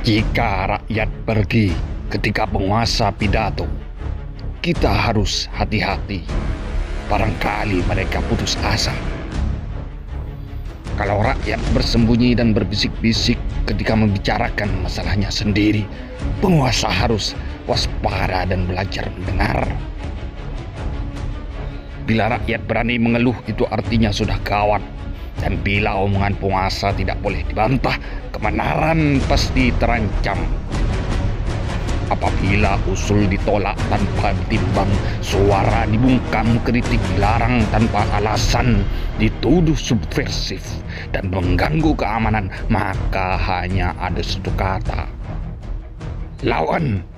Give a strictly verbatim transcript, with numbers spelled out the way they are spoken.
Jika rakyat pergi ketika penguasa pidato, kita harus hati-hati. Barangkali mereka putus asa. Kalau rakyat bersembunyi dan berbisik-bisik ketika membicarakan masalahnya sendiri, penguasa harus waspada dan belajar mendengar. Bila rakyat berani mengeluh, itu artinya sudah gawat. Dan bila omongan penguasa tidak boleh dibantah, kebenaran pasti terancam. Apabila usul ditolak tanpa ditimbang, suara dibungkam, kritik dilarang tanpa alasan, dituduh subversif dan mengganggu keamanan, maka hanya ada satu kata: lawan.